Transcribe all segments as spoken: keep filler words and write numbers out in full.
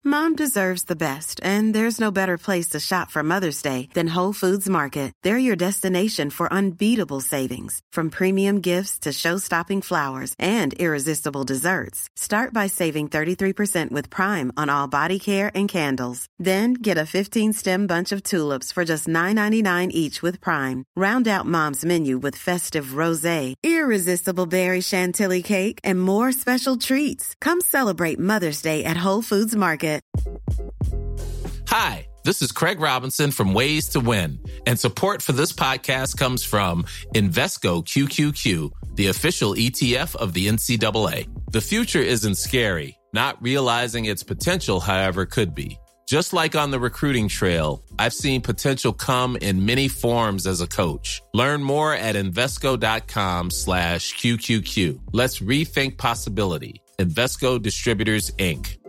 Mom deserves the best, and there's no better place to shop for Mother's Day than Whole Foods Market. They're your destination for unbeatable savings, from premium gifts to show-stopping flowers and irresistible desserts. Start by saving thirty-three percent with Prime on all body care and candles. Then get a fifteen-stem bunch of tulips for just nine ninety-nine each with Prime. Round out Mom's menu with festive rosé, irresistible berry chantilly cake, and more special treats. Come celebrate Mother's Day at Whole Foods Market. Hi, this is Craig Robinson from Ways to Win, and support for this podcast comes from Invesco Q Q Q, the official E T F of the N C double A. The future isn't scary. Not realizing its potential, however, could be. Just like on the recruiting trail, I've seen potential come in many forms as a coach. Learn more at Invesco.com slash QQQ. Let's rethink possibility. Invesco Distributors, Incorporated.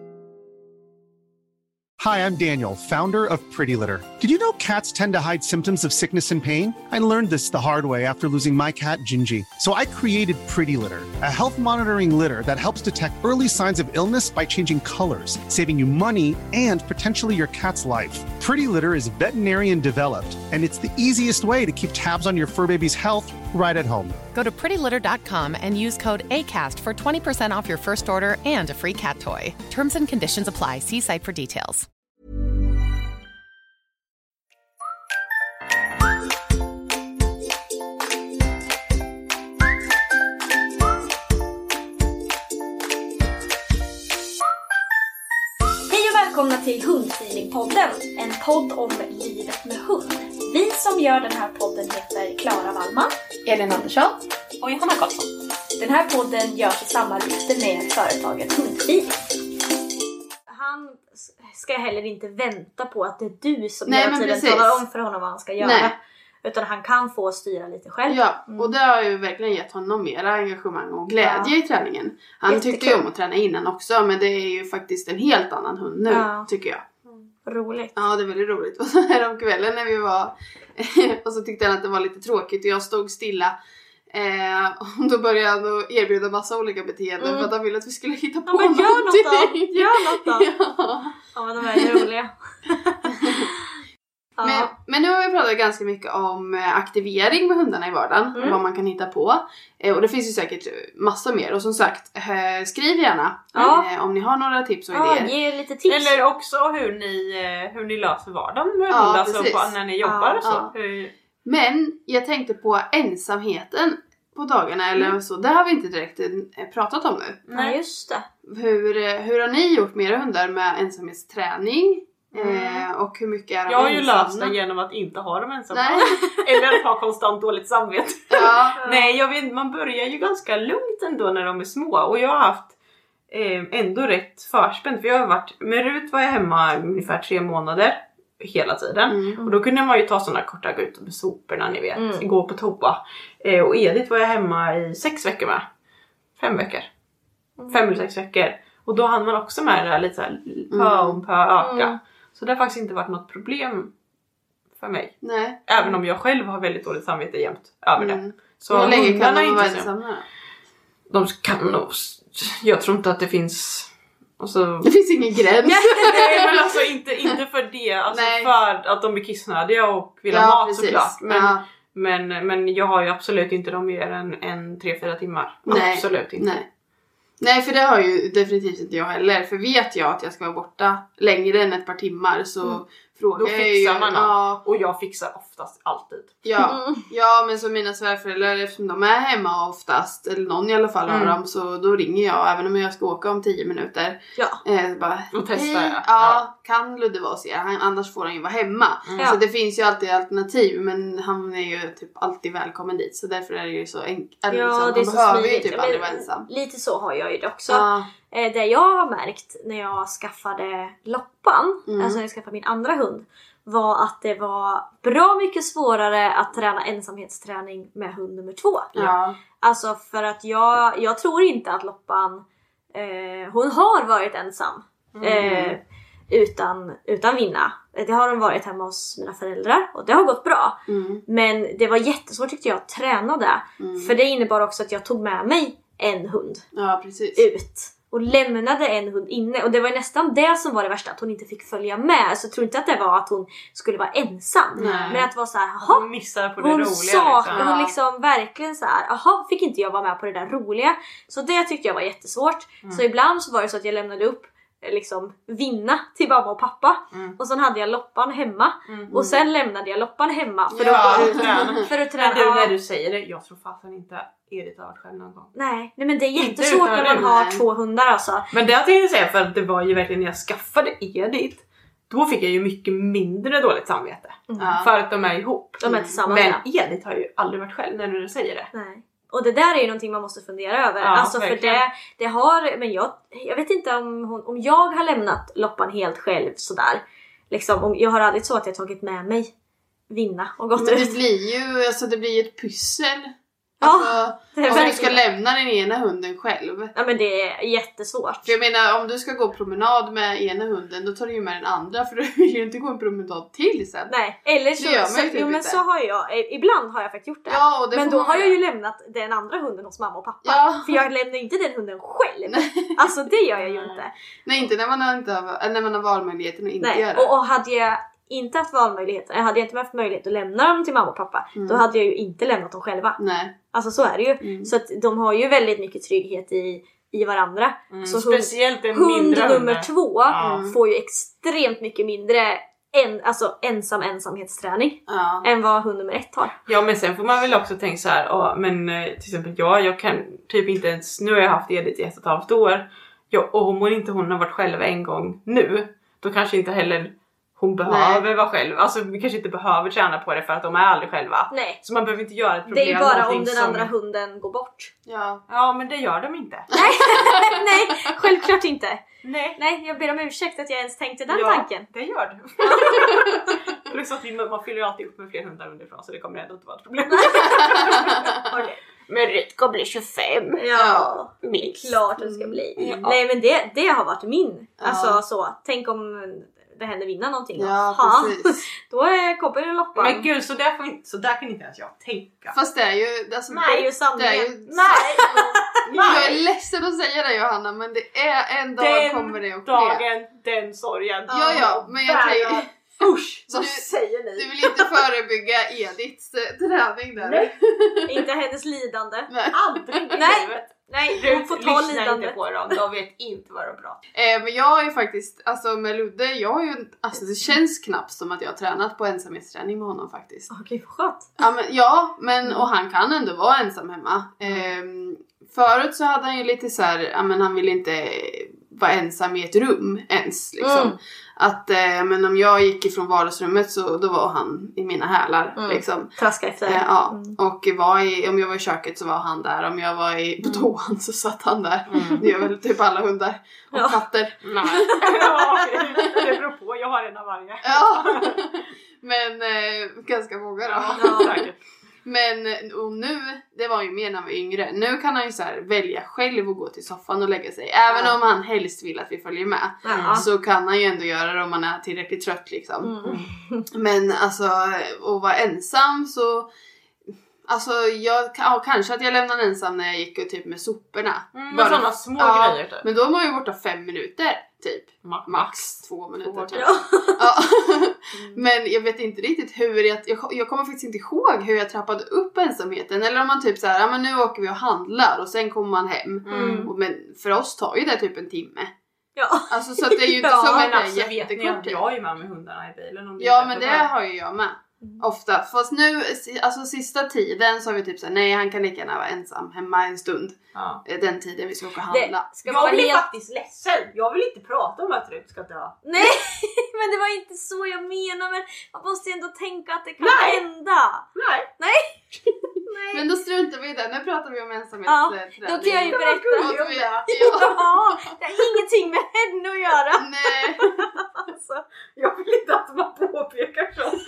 Hi, I'm Daniel, founder of Pretty Litter. Did you know cats tend to hide symptoms of sickness and pain? I learned this the hard way after losing my cat, Gingy. So I created Pretty Litter, a health monitoring litter that helps detect early signs of illness by changing colors, saving you money and potentially your cat's life. Pretty Litter is veterinarian developed, and it's the easiest way to keep tabs on your fur baby's health right at home. Go to pretty litter dot com and use code ACAST for twenty percent off your first order and a free cat toy. Terms and conditions apply. See site for details. Välkomna till Hundfeelingpodden, en podd om livet med hund. Vi som gör den här podden heter Klara Wallman, Elin Andersson och Johanna Karlsson. Den här podden görs i samarbete med företaget Hundfeeling. Han ska heller inte vänta på att det är du som Nej, hela tiden precis. talar om för honom vad han ska göra. Nej. Utan han kan få styra lite själv. Ja, mm. och det har ju verkligen gett honom mera engagemang och glädje ja. i träningen. Han Jättekul. tyckte ju om att träna innan också, men det är ju faktiskt en helt annan hund nu, ja. tycker jag. Mm. Roligt. Ja, det är väldigt roligt. Och så här om kvällen när vi var och så tyckte han att det var lite tråkigt och jag stod stilla. Eh, och då började han att erbjuda massa olika beteenden mm. för att han ville att vi skulle hitta på ja, men gör någonting. något då! Gör något då! ja. ja, men de är ju roliga. Men, men nu har vi pratat ganska mycket om aktivering med hundarna i vardagen. Mm. Vad man kan hitta på. Eh, och det finns ju säkert massor mer. Och som sagt, eh, skriv gärna ja. eh, om ni har några tips och ja, idéer. Ge lite tips. Eller också hur ni, hur ni löser vardagen med ja, hundar så på, när ni jobbar ja, och så. Ja. Hur... Men jag tänkte på ensamheten på dagarna eller mm. så. Det har vi inte direkt pratat om nu. Nej, just det. Hur, hur har ni gjort med era hundar med ensamhetsträning? Mm. Eh, och hur mycket är de Jag har ju ensamma? löst det genom att inte ha dem ensamma. Nej. Eller att ha konstant dåligt samvete. Ja. Nej, jag vet, man börjar ju ganska lugnt ändå när de är små. Och jag har haft eh, ändå rätt förspänt. För jag har varit, med Rut var jag hemma ungefär tre månader hela tiden. Mm. Och då kunde man ju ta sådana korta gå ut med soporna, ni vet. Mm. Gå på toa. Eh, och Edith var jag hemma i sex veckor med. Fem veckor. Mm. Fem eller sex veckor. Och då hann man också med det här lite så här pö om pö öka. Mm. Så det har faktiskt inte varit något problem för mig. Nej. Även om jag själv har väldigt dåligt samvete jämt över det. Mm. Så hur länge kan de inte vara så. ensamma? De kan nog... Jag tror inte att det finns... Alltså... Det finns ingen gräns. Nej, men alltså inte, inte för det. Alltså Nej. för att de blir kissnödiga och vill ha ja, mat precis. såklart. Men, ja. men, men jag har ju absolut inte dem mer än, än tre fyra timmar. Nej. Absolut inte. Nej. Nej, för det har ju definitivt inte jag heller. För vet jag att jag ska vara borta längre än ett par timmar så mm. frågar Då jag fixar ju, man ja. Och jag fixar oftast alltid. Ja, mm. ja men som mina svärföräldrar, eftersom de är hemma oftast, eller någon i alla fall mm. har dem, så då ringer jag även om jag ska åka om tio minuter. Ja. Eh, bara, och testar hej, jag. Ja, ja, kan Ludde vara hos er? Han, annars får han ju vara hemma. Mm. Så Ja. det finns ju alltid alternativ, men han är ju typ alltid välkommen dit. Så därför är det ju så enkelt. Ja, liksom, det är han så behöver ju smidigt. typ Men aldrig vara ensam. Lite så har jag ju det också. Ja. Eh, det jag har märkt när jag skaffade Loppan, Mm. alltså när jag skaffade min andra hund, var att det var bra mycket svårare att träna ensamhetsträning med hund nummer två. Ja. Alltså för att jag, jag tror inte att Loppan, eh, hon har varit ensam eh, utan, utan vinna. Det har hon varit hemma hos mina föräldrar och det har gått bra. Mm. Men det var jättesvårt tyckte jag att träna det. Mm. För det innebar också att jag tog med mig en hund Ja, precis. ut. och lämnade en hund inne. Och det var nästan det som var det värsta, att hon inte fick följa med. Så jag tror inte att det var att hon skulle vara ensam. Nej. Men att det var så här, jaha, hon missar på det hon roliga. sak, liksom. hon liksom verkligen så här, jaha, fick inte jag vara med på det där roliga. Så det tyckte jag var jättesvårt. Mm. Så ibland så var det så att jag lämnade upp liksom vinna till mamma och pappa. Mm. Och sen hade jag loppan hemma. Mm. Och sen lämnade jag loppan hemma för, ja, att, träna. för att träna. Men du, när du säger det, jag tror fasen inte Edith har varit själv någon gång. Nej, nej men det är jättesvårt när man har två hundar alltså. Men det jag tänkte säga, för att det var ju verkligen när jag skaffade Edith, då fick jag ju mycket mindre dåligt samvete. Mm. För att de är ihop. De är tillsammans. Men Edith har ju aldrig varit själv när du säger det. Nej. Och det där är ju någonting man måste fundera över. Ja, alltså för verkligen. det, det har, men jag, jag vet inte om, hon, om jag har lämnat loppan helt själv sådär. Liksom, om, jag har aldrig så att jag tagit med mig vinna och gått men ut. det blir ju, alltså det blir ett pyssel. Ja, alltså, det är om verkligen. du ska lämna den ena hunden själv. Ja men det är jättesvårt. För jag menar, om du ska gå promenad med ena hunden, då tar du ju med den andra. För du vill ju inte gå en promenad till sen. Nej, eller så, Det gör man så, ju typ jo, men inte. så har jag, ibland har jag faktiskt gjort det. Ja, och det men får då man har jag göra. ju lämnat den andra hunden hos mamma och pappa. Ja. För jag lämnar inte den hunden själv. Alltså det gör jag ju inte. Nej, inte när man har, inte har, när man har valmöjligheten att inte Nej. göra det. Och, och hade jag inte haft valmöjligheten, jag hade inte haft möjlighet att lämna dem till mamma och pappa, mm. då hade jag ju inte lämnat dem själva. Nej. Alltså så är det ju. Mm. Så att de har ju väldigt mycket trygghet i, i varandra. Mm. Så speciellt en hund, mindre hund hund nummer två mm. får ju extremt mycket mindre en, alltså ensam ensamhetsträning ja. än vad hund nummer ett har. Ja, men sen får man väl också tänka så här, åh, men till exempel jag, jag kan typ inte ens, nu har jag haft Edith i ett och ett halvt år, jag, och om hon inte hon har varit själv en gång nu, då kanske inte heller hon behöver Nej. vara själv. Alltså vi kanske inte behöver träna på det för att de är aldrig själva. Nej. Så man behöver inte göra ett problem. Det är bara om den som... andra hunden går bort. Ja. Ja, men det gör de inte. Nej, Nej självklart inte. Nej. Nej, jag ber om ursäkt att jag ens tänkte den ja, tanken. det gör du. Plus att vi, man fyller ju alltid upp med fler hundar underifrån, så det kommer ändå inte vara ett problem. Okay. Men det ska bli tjugofem. Ja, minst. Det är klart det ska bli. Mm. Nej, men det, det har varit min. Ja. Alltså så, tänk om det händer vinna någonting. Ja, ha. precis. Då är koppar det loppan. Men gud, så där, får inte, så där kan inte ens jag tänka. Fast det är ju... Alltså, Nej, det är ju sanningen. Det är ju, Nej. Jag är ledsen att säga det, Johanna, men det är en dag den kommer det att ske. dagen, den sorgen. Ja, ja, men jag tänker... Usch, så vad du, säger ni? Du vill inte förebygga Ediths eh, träning där? Nej. Inte hennes lidande. Nej. Aldrig i Nej. livet. Nej, Du hon får ta lyssnar lidande. inte på dem, de vet inte vad de pratar. Eh, men jag har ju faktiskt, alltså med Ludde, jag har ju, alltså det känns knappt som att jag har tränat på ensamhetsträning med honom faktiskt. Okej, vad skönt. Ja, men, ja, men och han kan ändå vara ensam hemma. Eh, förut så hade han ju lite så här, ja men han ville inte vara ensam i ett rum ens liksom. Mm. Att eh, men om jag gick ifrån vardagsrummet så då var han i mina hälar mm. liksom. Traska efter. Eh, ja, mm. och var i, om jag var i köket så var han där. Om jag var i, på toan så satt han där. Mm. Det gör väl typ alla hundar och ja. katter. Nej. Ja, det beror på, jag har en av varje. Ja. Men eh, ganska många då. Ja, men och nu, det var ju mer när han var yngre. Nu kan han ju så här välja själv och gå till soffan och lägga sig. Även ja. om han helst vill att vi följer med. Ja. Så kan han ju ändå göra det om man är tillräckligt trött liksom. Mm. Men alltså, att vara ensam så... Alltså jag, ja, kanske att jag lämnade ensam när jag gick och typ med soporna. Mm, med sådana små ja, grejer typ. Men då var man ju borta fem minuter typ. Max, Max två minuter två typ. Ja. Ja. Mm. Men jag vet inte riktigt hur jag, jag... Jag kommer faktiskt inte ihåg hur jag trappade upp ensamheten. Eller om man typ såhär, ja men nu åker vi och handlar och sen kommer man hem. Mm. Och, men för oss tar ju det typ en timme. Ja. Alltså så att det är ju inte ja, som att det är alltså, jättekort tid. Jag är ju med med hundarna i bilen. Om det ja är men det bra. har ju jag med. Mm. Ofta. Fast nu, alltså sista tiden så har vi typ såhär, nej han kan lika gärna vara ensam hemma en stund. Ja. Den tiden vi ska åka och handla. Ska jag blir helt... faktiskt ledsen. Jag vill inte prata om att Rut ska dö. Nej, men det var inte så jag menar. Men man måste ju ändå tänka att det kan nej. hända. Nej. Nej. Nej. Men då struntar vi i det. Nu pratar vi om ensamhetsträning. Ja, då kan jag ju berätta. Vi, ja. ja, det har ingenting med henne att göra. Nej. Alltså. Jag vill inte att man påpekar sånt.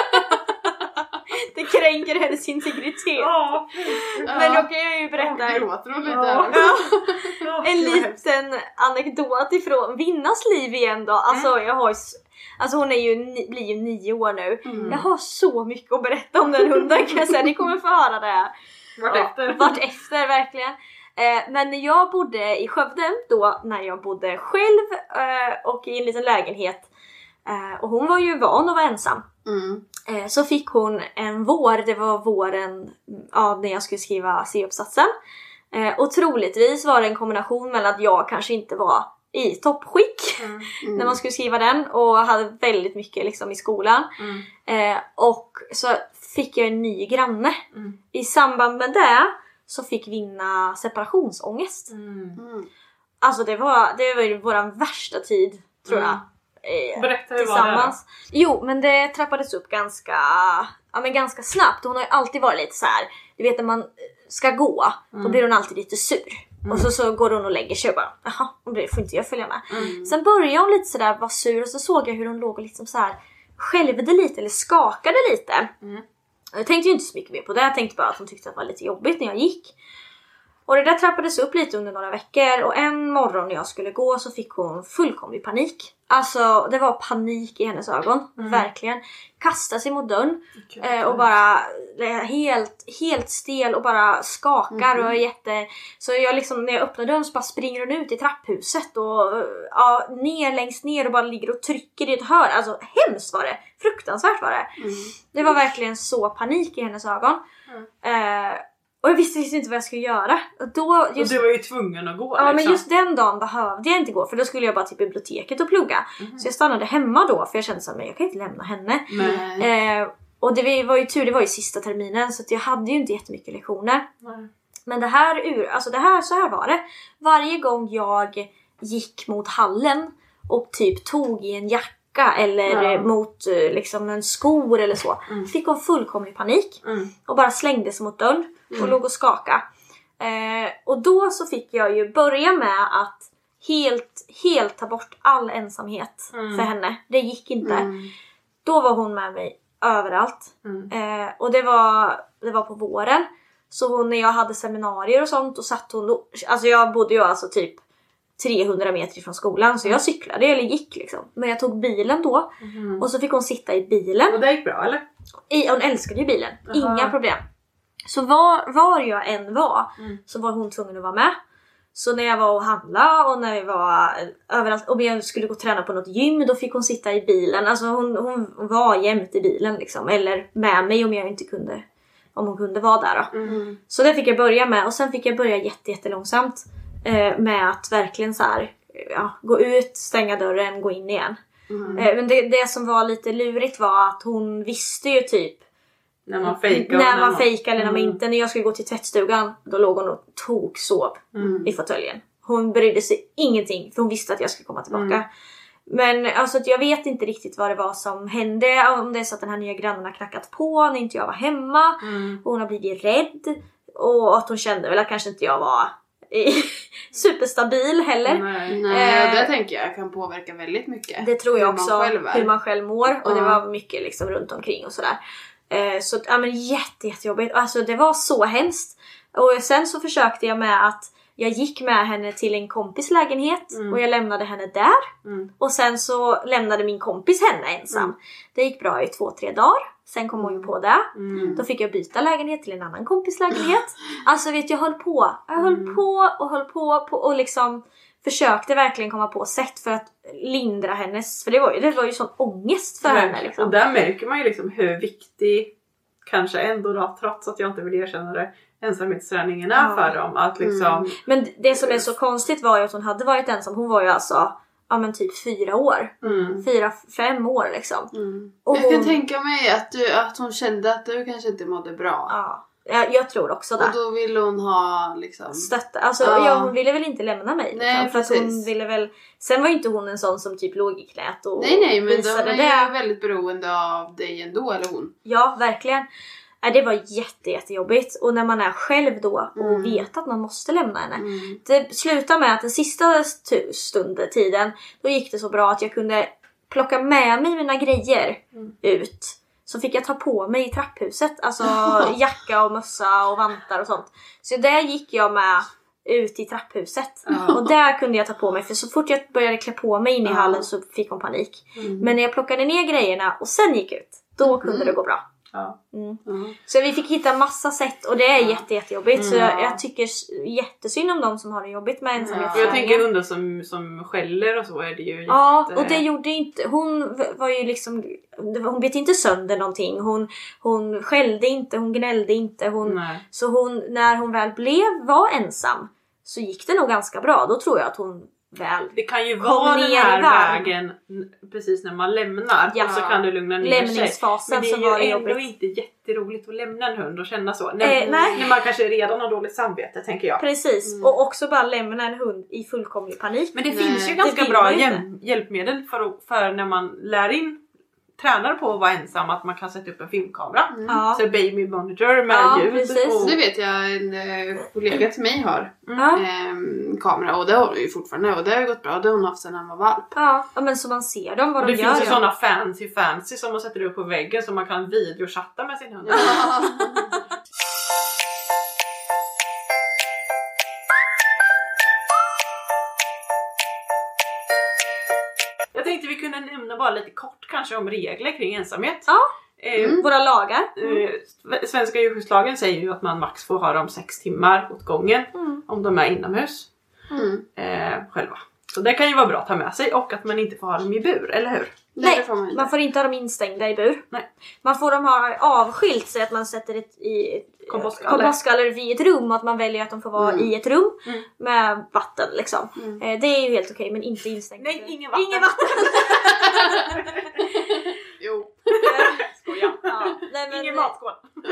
Det kränker hennes integritet. Ja. Men då kan jag ju berätta. Jag gråter hon lite ja. här också. Ja. En liten anekdot ifrån Vinnas liv igen då. Alltså mm. jag har ju, alltså hon är ju, blir ju nio år nu. Mm. Jag har så mycket att berätta om den hunden kan jag säga. Ni kommer få höra det. Vart efter. Vart efter verkligen. Eh, men när jag bodde i Skövde då, när jag bodde själv eh, och i en liten lägenhet eh, och hon var ju van att vara ensam. Mm. Eh, så fick hon en vår, det var våren ja, när jag skulle skriva C-uppsatsen. Eh, och troligtvis var det en kombination mellan att jag kanske inte var i toppskick mm. Mm. när man skulle skriva den och hade väldigt mycket liksom i skolan. Mm. Eh, och så fick jag en ny granne. Mm. I samband med det så fick Vinna separationsångest. Mm. Mm. Alltså det var, det var ju våran värsta tid tror jag. Mm. Berätta hur tillsammans. Var det då? Jo, men det trappades upp ganska, ja, men ganska snabbt. Hon har ju alltid varit lite så här. Du vet när man ska gå, mm. då blir hon alltid lite sur. Mm. Och så, så går hon och lägger sig och bara, jaha, det får inte jag följa med. Mm. Sen började hon lite sådär vara sur och så såg jag hur hon låg och liksom så här skälvde lite eller skakade lite. Mm. Jag tänkte ju inte så mycket mer på det. Jag tänkte bara att hon tyckte att det var lite jobbigt när jag gick. Och det där trappades upp lite under några veckor. Och en morgon när jag skulle gå så fick hon fullkomlig panik. Alltså det var panik i hennes ögon. Mm. Verkligen. Kastade sig mot dörren. Okay. Eh, och bara helt, helt stel och bara skakar. Mm. Och är jätte... Så jag liksom, när jag öppnar dörren så bara springer hon ut i trapphuset. Och ja, ner längst ner och bara ligger och trycker i ett hörn. Alltså hemskt var det. Fruktansvärt var det. Mm. Det var verkligen så panik i hennes ögon. Mm. Eh, Och jag visste inte vad jag skulle göra. Och, då just, och du var ju tvungen att gå. Ja, liksom. Men just den dagen behövde jag inte gå. För då skulle jag bara till biblioteket och plugga. Mm. Så jag stannade hemma då. För jag kände att jag kan inte lämna henne. Eh, och det var ju tur, det var ju sista terminen. Så att jag hade ju inte jättemycket lektioner. Mm. Men det här, ur, alltså det här, så här var det. Varje gång jag gick mot hallen och typ tog i en jacka eller ja. mot liksom en skor eller så. Mm. Fick hon fullkomlig panik. Mm. Och bara slängde sig mot dörren. Och mm. låg och skaka. Eh, och då så fick jag ju börja med att helt, helt ta bort all ensamhet mm. för henne. Det gick inte. Mm. Då var hon med mig överallt. Mm. Eh, och det var, det var på våren. Så hon, när jag hade seminarier och sånt, och satt hon då, alltså jag bodde ju alltså typ trehundra meter från skolan. Så jag cyklade eller gick liksom. Men jag tog bilen då. Mm. Och så fick hon sitta i bilen. Och det gick bra eller? I, hon älskade ju bilen. Aha. Inga problem. Så var, var jag än var mm. så var hon tvungen att vara med. Så när jag var och handla och när vi var överallt, och jag skulle gå och träna på något gym, då fick hon sitta i bilen. Alltså hon, hon var jämt i bilen liksom. Eller med mig om jag inte kunde, om hon kunde vara där då. Mm. Så det fick jag börja med. Och sen fick jag börja jätte, jättelångsamt eh, med att verkligen så här, ja, gå ut, stänga dörren, gå in igen. Mm. Eh, men det, det som var lite lurigt var att hon visste ju typ När man fejkar. När man fejkar eller när man inte. När jag skulle gå till tvättstugan, då låg hon och tog sov mm. i fåtöljen. Hon brydde sig ingenting, för hon visste att jag skulle komma tillbaka. Mm. Men alltså att jag vet inte riktigt vad det var som hände. Om det är så att den här nya grannen har knackat på när inte jag var hemma. Mm. Och hon har blivit rädd. Och att hon kände väl att kanske inte jag var superstabil heller. Nej, Nej eh, det tänker jag kan påverka väldigt mycket. Det tror jag hur också. Man hur man själv mår. Och mm. det var mycket liksom runt omkring och sådär. Så ja, men jätte, jättejobbigt. Alltså det var så hemskt. Och sen så försökte jag med att jag gick med henne till en kompis lägenhet. Mm. Och jag lämnade henne där. Mm. Och sen så lämnade min kompis henne ensam. Mm. Det gick bra i två, tre dagar. Sen kom hon ju på det. Mm. Då fick jag byta lägenhet till en annan kompis lägenhet. Alltså vet jag höll på. Jag höll mm. på och höll på, på och liksom försökte verkligen komma på sätt för att lindra hennes, för det var ju, det var ju sån ångest för Verkligen. henne liksom. Och där märker man ju liksom hur viktig kanske ändå då, trots att jag inte vill erkänna det, ensamhetsträningen är ja. för dem att liksom mm. Men det som är så konstigt var ju att hon hade varit ensam. Hon var ju alltså ja men typ fyra år. Mm. Fyra, fem år liksom. Mm. Och jag hon... kan tänka mig att, du, att hon kände att du kanske inte mådde bra. Ja. Jag, jag tror också det. Och då ville hon ha liksom stötta. Alltså ja. Ja, hon ville väl inte lämna mig. Nej, för att hon ville väl. Sen var ju inte hon en sån som typ låg i knät och nej nej, men visade de är ju väldigt beroende av dig ändå, eller hon. Ja, verkligen. Det var jätte, jättejobbigt. Och när man är själv då och mm. vet att man måste lämna henne. Mm. Det slutar med att den sista stunden, tiden, då gick det så bra att jag kunde plocka med mig mina grejer mm. ut. Så fick jag ta på mig i trapphuset. Alltså jacka och mössa och vantar och sånt. Så där gick jag med ut i trapphuset. Mm. Och där kunde jag ta på mig. För så fort jag började klä på mig in i hallen så fick hon panik. Mm. Men när jag plockade ner grejerna och sen gick ut, då kunde mm. det gå bra. Ja. Mm. Mm. Så vi fick hitta massa sätt och det är jätte, jättejobbigt. Mm. Så jag, jag tycker jättesynd om de som har det jobbigt med ensamhet. Och jag tänker hundar som, som skäller och så är det ju Ja, jätte... och det gjorde inte... Hon var ju liksom... Hon bet inte sönder någonting. Hon, hon skällde inte, hon gnällde inte. Hon, så hon, när hon väl blev, var ensam så gick det nog ganska bra. Då tror jag att hon väl... Det kan ju vara den här vägen precis när man lämnar. Ja. Och så kan du lugna ner Lämningsfasen sig. Men det var är ju jobbigt. ändå inte jätteroligt att lämna en hund och känna så. När, Eh, nej. när man kanske redan har dåligt samvete, tänker jag. Precis, Mm. och också bara lämna en hund i fullkomlig panik. Men det Nej, finns ju det ganska vill bra man ju hjäl- hjälpmedel för, att- för när man lär in tränar på att vara ensam, att man kan sätta upp en filmkamera. Mm. Ja. Så baby monitor med Ja, ljud. precis. Och... Det vet jag, en eh, kollega till mig har Ja. ehm, kamera och det har hon ju fortfarande och det har ju gått bra. Det har hon haft sedan han var valp. Ja, ja, men så man ser dem vad Och de det gör. finns ju ja. sådana fancy fancy som man sätter upp på väggen så man kan videochatta med sin hund. Jag tänkte vi kunde nämna bara lite kort kanske om regler kring ensamhet. Ja. Eh, Mm. Våra lagar. eh, Svenska djurskyddslagen säger ju att man max får ha dem sex timmar åt gången Mm. om de är inomhus Mm. eh, själva. Så det kan ju vara bra att ta med sig, och att man inte får ha dem i bur, eller hur? Nej, det Nej, får man inte. man får inte ha dem instängda i bur. Nej. Man får dem ha avskilt så att man sätter ett i Kompostgaller. kompostgaller vid ett rum och att man väljer att de får vara Mm. i ett rum Mm. med vatten liksom. Mm. Eh, det är ju helt okej, men inte instängt. Nej, ingen vatten. Ingen vatten. Jo. Skoja. Ja, nej, men, Ingen matskål.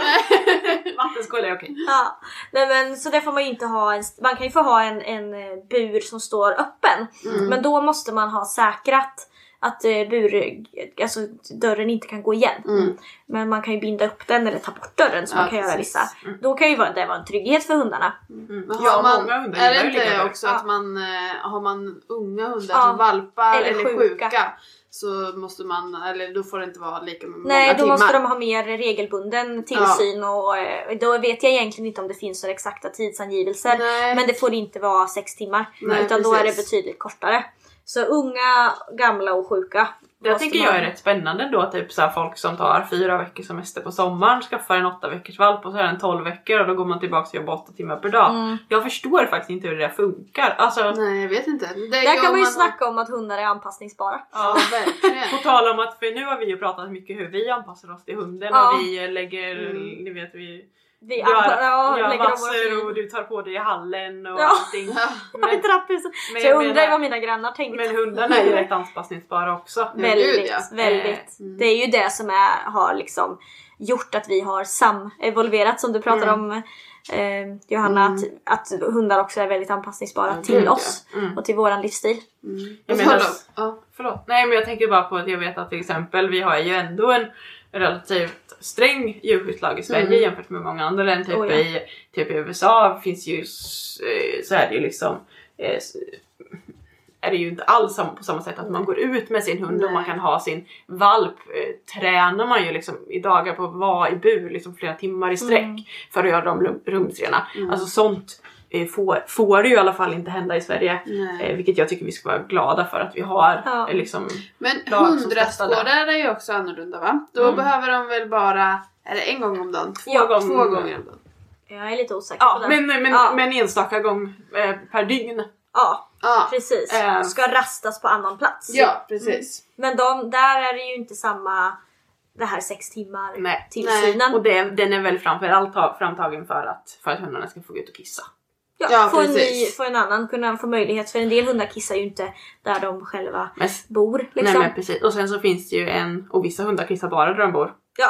Vattenskål är okej. Ja, nej, men så det får man ju inte ha. En, man kan ju få ha en, en eh, bur som står öppen. Mm. Men då måste man ha säkrat att eh, bur, alltså, dörren inte kan gå igen. Mm. Men man kan ju binda upp den eller ta bort dörren som Ja, man kan göra precis. vissa. Då kan ju vara, det vara en trygghet för hundarna. Mm. Men Ja, har man, många hundar är gillar det ju ligga inte där. också Ja. att man eh, har man unga hundar Ja. som valpar Eller eller, sjuka. sjuka. Så måste man, eller då får det inte vara lika många Nej, då timmar. måste de ha mer regelbunden tillsyn och eh, då vet jag egentligen inte om det finns några exakta tidsangivelser. Nej. Men det får inte vara sex timmar. Nej, utan då är det precis. betydligt kortare. Så unga, gamla och sjuka. Det måste tänker man- jag är rätt spännande då, typ så här, folk som tar fyra veckors semester på sommaren skaffar en åtta veckors valp och så är den tolv veckor och då går man tillbaka och jobbar åtta timmar per dag. Mm. Jag förstår faktiskt inte hur det där funkar. Alltså, Nej, jag vet inte. Det Där kan man ju man- snacka om att hundar är anpassningsbara. Ja, verkligen. på tal om att, för nu har vi ju pratat mycket hur vi anpassar oss till hunden Ja. och vi lägger, Mm. ni vet vi Vi gör, anpa- ja, gör lägger om massor våra och du tar på dig i hallen och Ja. allting. i Men, trapphuset. men Så jag jag undrar menar- vad mina grannar tänkte. men hundarna är ju rätt anpassningsbara också. Ja, väldigt, gud, ja. väldigt. Mm. Det är ju det som är, har liksom gjort att vi har samevolverat som du pratar Mm. om eh, Johanna. Mm. Att, att hundar också är väldigt anpassningsbara Ja, till gud, ja. oss Mm. och till våran livsstil. Mm. Jag Och menar- så- ja. Förlåt. Nej, men jag tänker bara på att jag vet att till exempel vi har ju ändå en relativt sträng djurskyddslag i Sverige Mm. jämfört med många andra länder. Typ, Oh, ja. i, typ i U S A finns ju s- eh, så är det ju liksom eh, s- är det ju inte alls sam- på samma sätt att man går ut med sin hund och Nej. man kan ha sin valp. Eh, tränar man ju liksom i dagar på att vara i bur liksom flera timmar i sträck Mm. för att göra de rum- rumsrena. Mm. Alltså sånt eh, får, får det ju i alla fall inte hända i Sverige. Nej. Eh, vilket jag tycker vi ska vara glada för att vi har. Ja. Eh, liksom, Men lag som stöttar hundrastgårdar är ju också annorlunda, va? Då Mm. behöver de väl bara, är det en gång om dagen? Två, Ja, gånger, två mm. gånger om dagen. Jag är lite osäker på ja, det. men, men, Ja. men enstaka gång eh, per dygn. Ja, Ja, precis. Eh. Ska rastas på annan plats. ja precis. Men de, där är det ju inte samma det här sex timmar Nej. tillsynen. Och det, den är väl framförallt ta- framtagen för att, för att hundarna ska få gå ut och kissa. Ja, Ja, få, en ny, precis. få en annan kunna få möjlighet. För en del hundar kissar ju inte där de själva Men, bor. Liksom. Nej men precis. Och sen så finns det ju en, och vissa hundar kissar bara där de bor. Ja.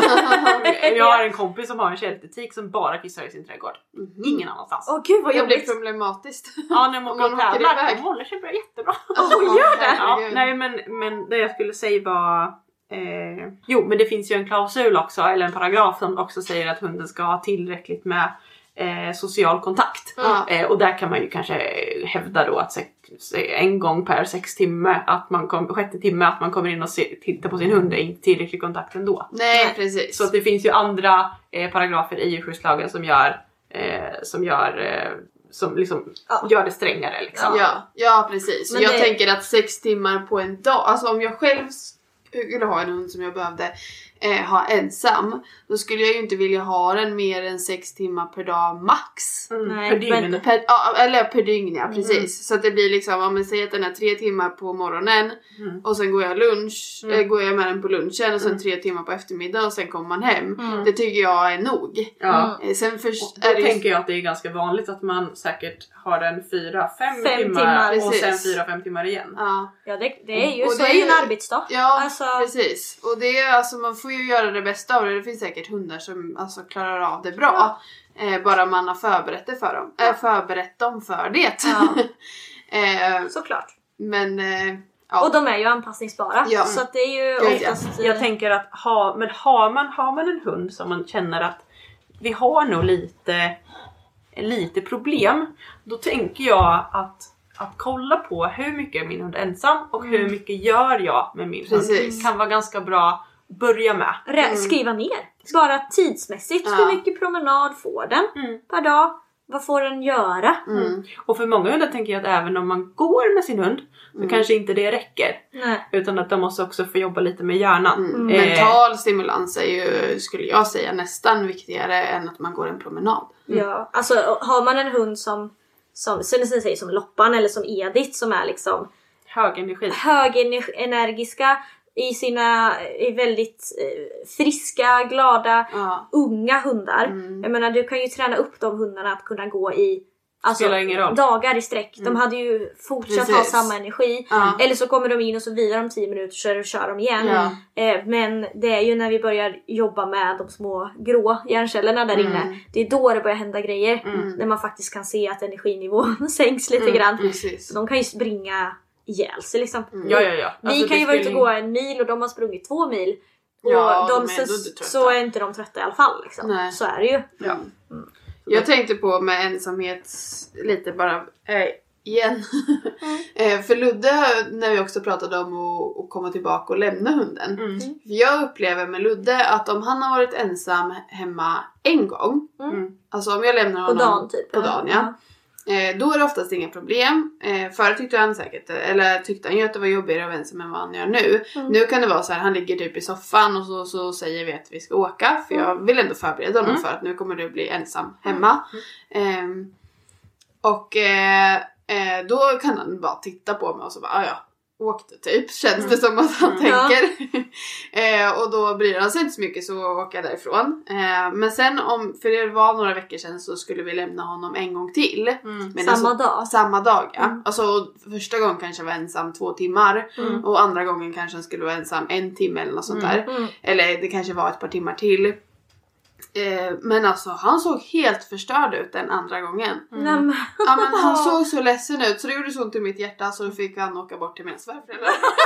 Jag har en kompis som har en kältetik som bara kissar i sin trädgård. Mhm. Ingen annanstans. Åh gud vad Det blir jobbigt. problematiskt. Ja, när man Om åker man och åker tävlar, iväg. de håller sig bra, jättebra. Åh, gör det? Ja, herregud. nej men, men det jag skulle säga var eh, jo men det finns ju en klausul också, eller en paragraf som också säger att hunden ska ha tillräckligt med eh, social kontakt. Ja. Eh, och där kan man ju kanske hävda då att sex, en gång per sex timme, att man kom, sjätte timme att man kommer in och se, tittar på sin hund är inte tillräcklig kontakt ändå. Nej, precis. Så att det finns ju andra eh, paragrafer i djurskyddslagen som gör eh, som gör eh, som liksom Ja. gör det strängare liksom. Ja, ja precis. Men jag det- tänker att sex timmar på en dag, alltså om jag själv skulle ha en hund som jag behövde eh, ha ensam, då skulle jag ju inte vilja ha den mer än sex timmar per dag max. Mm, Nej, per dygn. men- Per, ja, eller per dygn, ja, precis. Mm. Så att det blir liksom, om man säger att den är tre timmar på morgonen Mm. och sen går jag lunch, Mm. äh, går jag med den på lunchen och sen Mm. tre timmar på eftermiddagen och sen kommer man hem. Mm. Det tycker jag är nog. Ja. Eh, Sen för, Och då är det ju, tänker jag att det är ganska vanligt att man säkert har den fyra, fem, Fem timmar, timmar, och precis. sen fyra, fem timmar igen. ja, Ja, det, det är ju Och så det är är ju en ju- arbetsdag. ja Alltså, precis. Och det är alltså, man får ju göra det bästa av det. Det finns säkert hundar som alltså klarar av det bra. Eh, bara man har förberett det för dem. Eh, förberett dem för det. Ja. eh, såklart. men eh, ja. Och de är ju anpassningsbara. Ja. Så att det är ju Gud, ja. oftast... Jag tänker att ha, men har, man, har man en hund som man känner att vi har nog lite, lite problem, då tänker jag att, att kolla på hur mycket är min hund ensam och hur mycket gör jag med min Precis. hund kan vara ganska bra att börja med. Rä- skriva ner. Bara tidsmässigt. Ja. Hur mycket promenad får den Mm. per dag? Vad får den göra? Mm. Och för många hundar tänker jag att även om man går med sin hund så Mm. kanske inte det räcker. Nej. Utan att de måste också få jobba lite med hjärnan. Mm. Eh, Mental stimulans är ju, skulle jag säga, nästan viktigare än att man går en promenad. Ja, alltså har man en hund som, som, som, som, säger, som Loppan eller som Edith som är liksom Hög energi. högenergiska i sina är väldigt eh, friska, glada, Ja. unga hundar. Mm. Jag menar, du kan ju träna upp de hundarna att kunna gå i alltså, Spelar ingen roll. dagar i sträck. De Mm. hade ju fortsatt Precis. ha samma energi. Ja. Eller så kommer de in och så vilar de tio minuter så kör de igen. Ja. Eh, men det är ju när vi börjar jobba med de små grå hjärncellerna där Mm. inne. Det är då det börjar hända grejer. Mm. När man faktiskt kan se att energinivån sänks lite Mm, grann. Precis. Så de kan ju springa ihjäl sig liksom. Mm. Ja, ja, ja. Vi Alltså, kan det ju vara ute och spelar gå en mil och de har sprungit två mil. Och Ja, de, de är så, ändå inte trötta. så är inte de trötta i alla fall. Liksom. Nej. Så är det ju. Ja. Jag tänkte på med ensamhet lite bara eh, igen. eh, för Ludde, när vi också pratade om att, att komma tillbaka och lämna hunden. Mm. För jag upplever med Ludde att om han har varit ensam hemma en gång. Mm. Alltså om jag lämnar På honom dagen typ. på dagen, ja. Eh, då är det oftast inga problem. Eh, förut tyckte han säkert, eller tyckte han ju att det var jobbigare att vara ensam än vad han gör nu. Mm. Nu kan det vara så här, han ligger typ i soffan och så, så säger vi att vi ska åka. För jag vill ändå förbereda honom Mm. för att nu kommer du bli ensam hemma. Ehm, och eh, eh, då kan han bara titta på mig och så bara, ah, ja. Åkte typ, känns det som att han Mm. tänker. eh, och då bryr han sig inte så mycket så åker jag därifrån. Eh, men sen om, för det var några veckor sedan så skulle vi lämna honom en gång till. Mm. Men Samma alltså, dag? Samma dag, ja. Mm. Alltså första gången kanske jag var ensam två timmar. Mm. Och andra gången kanske han skulle vara ensam en timme eller något sånt där. Mm. Eller det kanske var ett par timmar till. Eh, men alltså han såg helt förstörd ut den andra gången. Nej, men, Ja, men han såg så ledsen ut så det gjorde så ont i mitt hjärta så då fick han åka bort till mina svärföräldrar.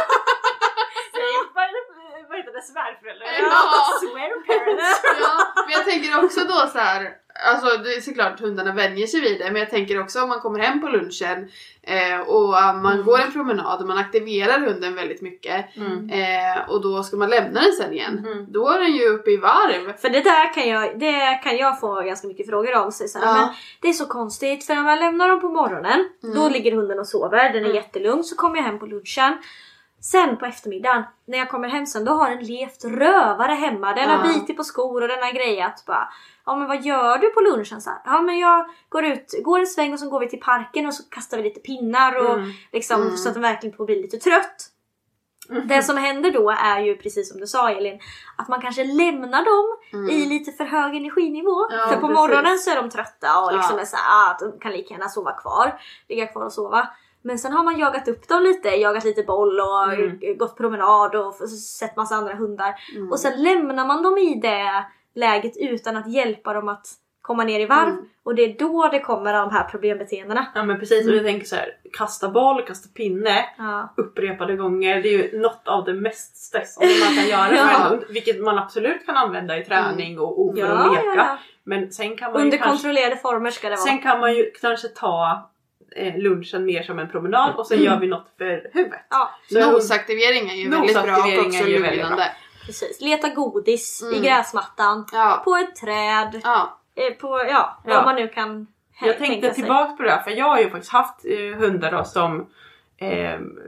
Vad heter det? Svärföräldrar? Ja. Swear parents. Ja, men jag tänker också då så här. Alltså det är såklart hundarna vänjer sig vid det. Men jag tänker också om man kommer hem på lunchen eh, och uh, man Mm. går en promenad och man aktiverar hunden väldigt mycket. Mm. Eh, och då ska man lämna den sen igen. Mm. Då är den ju uppe i varv. för det där kan jag, det kan jag få ganska mycket frågor om. Så, så här, Ja. men det är så konstigt för när man lämnar dem på morgonen. Mm. Då ligger hunden och sover. Den är Mm. jättelugn. Så kommer jag hem på lunchen. Sen på eftermiddagen, när jag kommer hem sen, då har den levt rövare hemma. Den har Ja. bitit på skor och den har grejat. Bara, ja men vad gör du på lunchen? Så här, ja men jag går ut, går en sväng och så går vi till parken och så kastar vi lite pinnar. Och Mm. liksom, Mm. så att den verkligen får bli lite trött. Det som händer då är ju precis som du sa Elin, att man kanske lämnar dem Mm. i lite för hög energinivå. Ja, för på precis. morgonen så är de trötta och liksom Ja. är så här, ah, att de kan lika gärna sova kvar. Ligga kvar och sova. Men sen har man jagat upp dem lite, jagat lite boll och Mm. gått promenad och f- sett massa andra hundar. Mm. Och sen lämnar man dem i det läget utan att hjälpa dem att komma ner i varv. Mm. Och det är då det kommer de här problembeteendena. Ja men precis, och jag tänker så här: kasta boll, kasta pinne Ja. upprepade gånger. Det är ju något av det mest stressande man kan göra Ja. med en hund. Vilket man absolut kan använda i träning och, och för Ja, att leka. ja, ja. Men sen kan man Under ju kanske, kontrollerade former ska det vara. sen kan man ju kanske ta eh, lunchen mer som en promenad och sen Mm. gör vi något för huvudet. Ja, Så jag- Nosaktivering är ju väldigt bra och Nosaktivering också är ju väldigt lugnande. precis. Leta godis Mm. i gräsmattan. Ja. På ett träd. Ja. eh, På, ja, Ja. vad man nu kan he- Jag tänka tänkte sig. tillbaka på det här, för jag har ju faktiskt haft eh, hundar då som eh,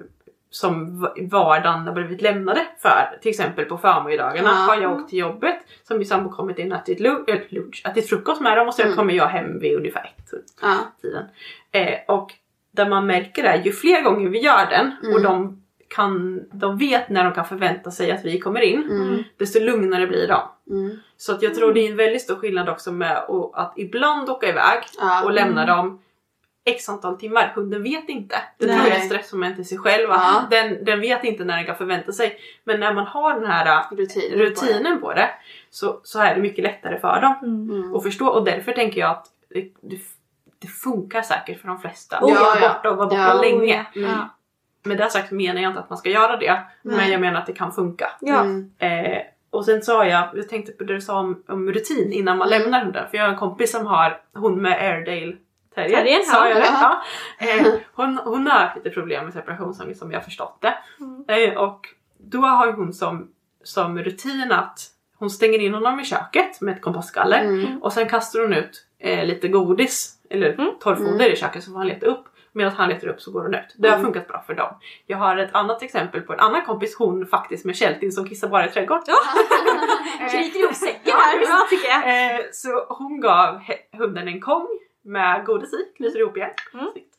som vardagen har blivit lämnade för. Till exempel på förmiddagarna Ja. har jag åkt till jobbet. Som min sambo kommit in och ätit lunch, lunch, ätit frukost med dem. Och sen Mm. kommer jag hem vid ungefär ett Ja. tiden. Eh, och där man märker det, ju fler gånger vi gör den. Mm. Och de, kan, de vet när de kan förvänta sig att vi kommer in. Mm. Desto lugnare blir de. Mm. Så att jag tror det är en väldigt stor skillnad också med att ibland åka iväg. Ja. Och lämna dem x antal timmar. Hunden vet inte. Det Nej. tror jag är ett stressmoment i sig själv. Ja. Den, den vet inte när den kan förvänta sig. Men när man har den här Rutinen, rutinen på det. Så, så är det mycket lättare för dem Mm. att förstå. Och därför tänker jag att det, det, det funkar säkert för de flesta. Oh, att vara ja, ja. borta och vara borta Ja, länge. Mm. Ja. Men det sagt menar jag inte att man ska göra det. Men Nej. jag menar att det kan funka. Ja. Mm. Eh, och sen sa jag, jag tänkte på det du sa om, om rutin innan man lämnar hunden. För jag har en kompis som har hund med Airedale Terrier. Terrier, Sa ja. jag det? Ja. Ja. Eh, hon, hon har haft lite problem med separationsångest som jag har förstått det. Eh, och då har hon som, som rutin att hon stänger in honom i köket med ett kompostgaller. Mm. Och sen kastar hon ut eh, lite godis eller Mm. torrfoder Mm. i köket så får han leta upp. Medan han letar upp så går hon ut. Det har Mm. funkat bra för dem. Jag har ett annat exempel på en annan kompis, hon faktiskt med kälting som kissar bara i trädgården. Knyter ihop säcken här, bra tycker jag. Eh, så hon gav he- hunden en kong med godis i, knyter ihop igen. Mm. Snyggt.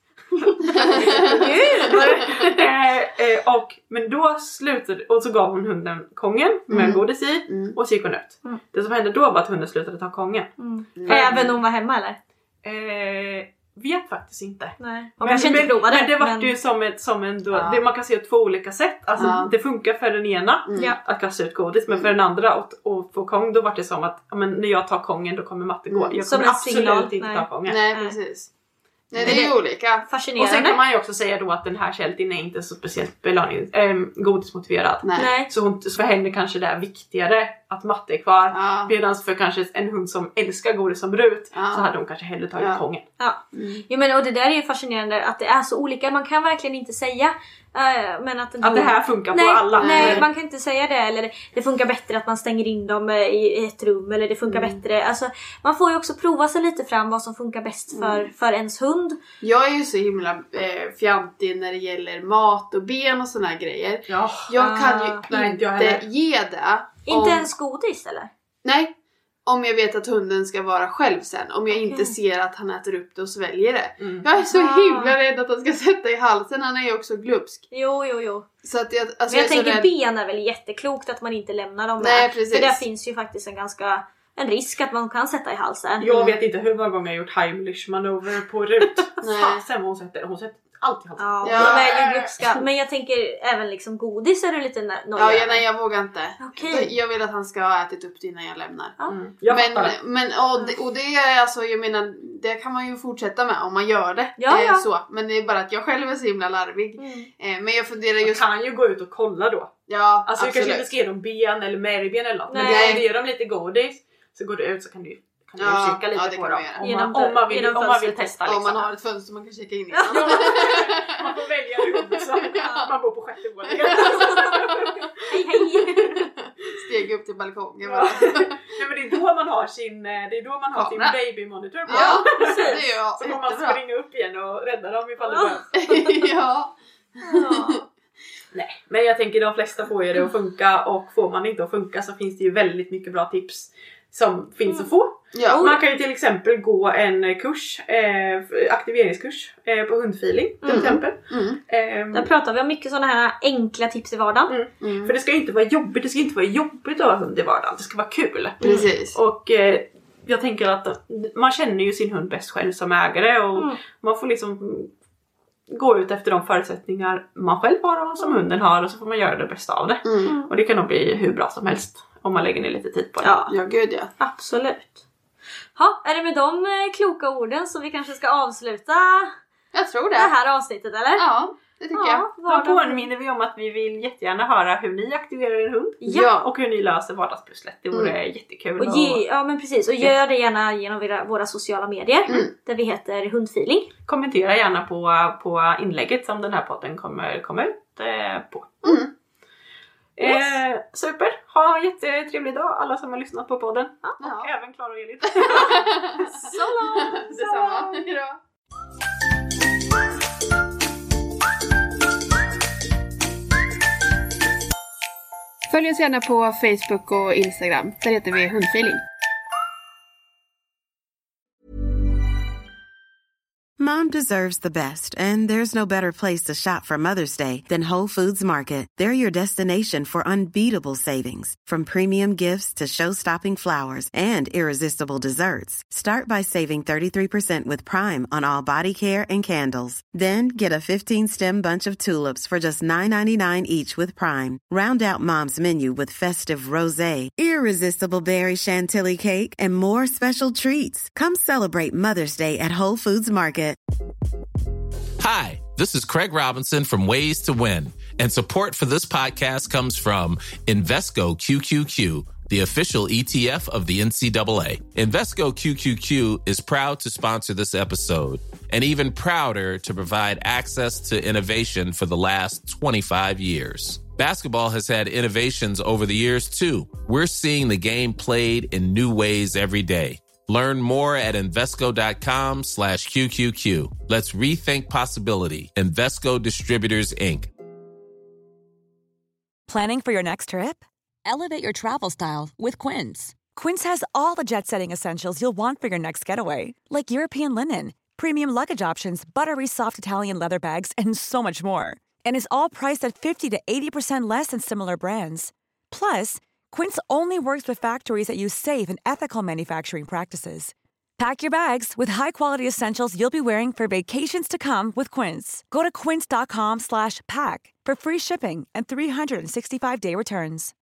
eh, eh, och, men då slutade, och så gav hon hunden kongen med Mm. godis i Mm. och så gick hon ut. Mm. Det som hände då var att hunden slutade ta kongen. Mm. Mm. Även om hon var hemma eller? Eh, vet faktiskt inte. Nej. Man kanske inte men, provade. men det var men- ju som, ett, som en då, Ja. det, man kan se två olika sätt. Alltså, Ja. det funkar för den ena Mm. Ja. att kasta ut godis. Men för den andra att och få kong då var det som att ja, men när jag tar kongen då kommer matte gå. Mm. Jag Som kommer en absolut signal. inte Nej. ta kongen. Nej, Nej. precis. Nej, Men det är ju det- olika. Fascinerande. Och sen kan man ju också säga då att den här kältin är inte så speciellt belöning, äh, godismotiverad. Nej. Nej. Så, hon, så för henne kanske det är viktigare att matte är kvar. Ja. Medan för kanske en hund som älskar godis som Rut Ja. så hade hon kanske hellre tagit Ja. kongen. Ja. Mm. Jo, men, och det där är ju fascinerande att det är så olika. Man kan verkligen inte säga eh, men att, en Att det hund- här funkar nej, på alla. Nej, Nej. man kan inte säga det. Eller det, det funkar bättre att man stänger in dem eh, i, i ett rum. Eller det funkar Mm. bättre. Alltså, man får ju också prova sig lite fram vad som funkar bäst för, Mm. för ens hund. Jag är ju så himla eh, fjantig när det gäller mat och ben och såna här grejer. Ja. Jag kan ju Ah. Nej, inte jag inte heller. ge det. Inte om, ens godis eller? Nej. Om jag vet att hunden ska vara själv sen. Om jag Okej. inte ser att han äter upp det och sväljer det. Mm. Jag är så Ah. himla rädd att han ska sätta i halsen. Han är ju också glupsk. Jo, jo, jo. Så att jag, alltså Men jag, är så tänker rädd. ben är väl jätteklokt att man inte lämnar dem Nej, där. precis. För där finns ju faktiskt en ganska en risk att man kan sätta i halsen. Jag vet inte hur många gånger jag har gjort Heimlich manöver på Rut. Nej. Fasen vad hon sätter. Hon sätter alltid halsen. Ja, Ja. de är ju glupska. Men jag tänker även liksom godis är du lite nöjd Ja, ja, nej jag vågar inte. Okej. Jag vill att han ska ha ätit upp det innan jag lämnar. Ja. Mm. Jag fattar Men, det. men och, det, och det är alltså, jag menar, det kan man ju fortsätta med om man gör det. Ja, Eh, ja. Så. Men det är bara att jag själv är så himla larvig. Mm. Eh, men jag funderar Man just... kan ju gå ut och kolla då. Ja, Alltså du absolut. kanske inte ska ge dem ben eller märgben eller något. Men Nej. om du ger dem lite godis så går du ut så kan du, kan du Ja, kika ja, lite det på kan dem. man göra. Om, Genom man, om, man vill, genom om man vill fönstret. testa Ja, liksom. om man har ett fönster man kan kika in i. Ja. Man får välja rum så man bor på sjätte våningen. Hej hej! Steg upp till balkongen bara. Nej, men det är då man har sin, det är då man har sin Kamera. baby monitor på. Ja, precis. det är jag. Så får man Jättebra. springa upp igen och rädda dem ifall det Ja. behövs. Ja. Ja. Nej, men jag tänker de flesta får ju det att funka och får man inte att funka så finns det ju väldigt mycket bra tips som finns att få. Ja. Man kan ju till exempel gå en kurs, eh, aktiveringskurs eh, på hundfeeling till Mm. exempel. Mm. Ehm, Där pratar vi om mycket sådana här enkla tips i vardagen. Mm. Mm. För det ska ju inte vara jobbigt, det ska inte vara jobbigt att ha hund i vardagen, det ska vara kul. Precis. Och eh, jag tänker att man känner ju sin hund bäst själv som ägare och Mm. man får liksom gå ut efter de förutsättningar man själv har och som hunden har och så får man göra det bästa av det. Mm. Och det kan nog bli hur bra som helst om man lägger ner lite tid på det. Ja, Ja, gud ja. absolut. Ha, är det med de eh, kloka orden så vi kanske ska avsluta Jag tror det det. här avsnittet eller? Ja, det tycker jag. Då vardag- påminner vi om att vi vill jättegärna höra hur ni aktiverar en hund. Ja. Och hur ni löser vardagspusslet. Det vore Mm. jättekul. Och ge, ja men precis, och gör det gärna genom våra, våra sociala medier Mm. där vi heter Hundfeeling. Kommentera gärna på, på inlägget som den här podden kommer komma ut eh, på. Mm. Eh, super! Ha en jättetrevlig dag alla som har lyssnat på podden. Och Ja. även Klara och Elin. Så långt! Detsamma. Hejdå. Följ oss gärna på Facebook och Instagram. Där heter vi Hundfeeling. Mom deserves the best, and there's no better place to shop for Mother's Day than Whole Foods Market. They're your destination for unbeatable savings, from premium gifts to show-stopping flowers and irresistible desserts. Start by saving thirty-three percent with Prime on all body care and candles. Then get a fifteen-stem bunch of tulips for just nine ninety-nine each with Prime. Round out Mom's menu with festive rosé, irresistible berry chantilly cake, and more special treats. Come celebrate Mother's Day at Whole Foods Market. Hi, this is Craig Robinson from Ways to Win, and support for this podcast comes from Invesco Q Q Q, the official E T F of the N C double A. Invesco Q Q Q is proud to sponsor this episode, and even prouder to provide access to innovation for the last twenty-five years. Basketball has had innovations over the years, too. We're seeing the game played in new ways every day. Learn more at Invesco.com slash QQQ. Let's rethink possibility. Invesco Distributors, Incorporated. Planning for your next trip? Elevate your travel style with Quince. Quince has all the jet-setting essentials you'll want for your next getaway, like European linen, premium luggage options, buttery soft Italian leather bags, and so much more. And is all priced at fifty to eighty percent less than similar brands. Plus, Quince only works with factories that use safe and ethical manufacturing practices. Pack your bags with high-quality essentials you'll be wearing for vacations to come with Quince. Go to quince.com slash pack for free shipping and three sixty-five day returns.